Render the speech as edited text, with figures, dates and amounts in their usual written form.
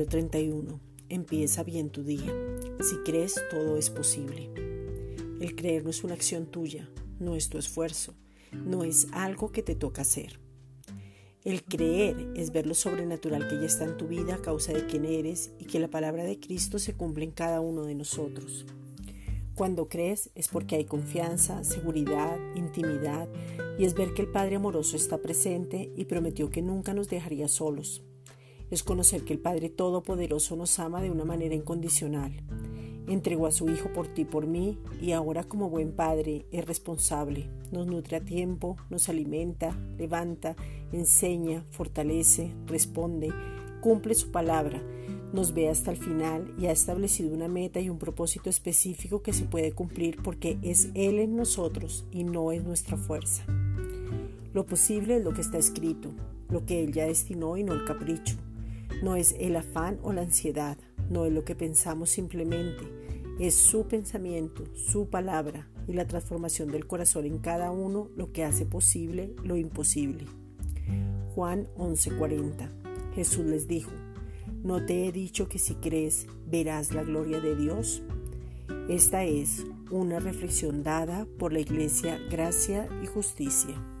31. Empieza bien tu día. Si crees, todo es posible. El creer no es una acción tuya, no es tu esfuerzo, no es algo que te toca hacer. El creer es ver lo sobrenatural que ya está en tu vida a causa de quién eres y que la palabra de Cristo se cumple en cada uno de nosotros. Cuando crees es porque hay confianza, seguridad, intimidad y es ver que el Padre amoroso está presente y prometió que nunca nos dejaría solos. Es conocer que el Padre Todopoderoso nos ama de una manera incondicional. Entregó a su Hijo por ti y por mí y ahora como buen Padre es responsable. Nos nutre a tiempo, nos alimenta, levanta, enseña, fortalece, responde, cumple su palabra. Nos ve hasta el final y ha establecido una meta y un propósito específico que se puede cumplir porque es Él en nosotros y no es nuestra fuerza. Lo posible es lo que está escrito, lo que Él ya destinó y no el capricho. No es el afán o la ansiedad, no es lo que pensamos simplemente, es su pensamiento, su palabra y la transformación del corazón en cada uno lo que hace posible lo imposible. Juan 11:40. Jesús les dijo: ¿no te he dicho que si crees verás la gloria de Dios? Esta es una reflexión dada por la Iglesia Gracia y Justicia.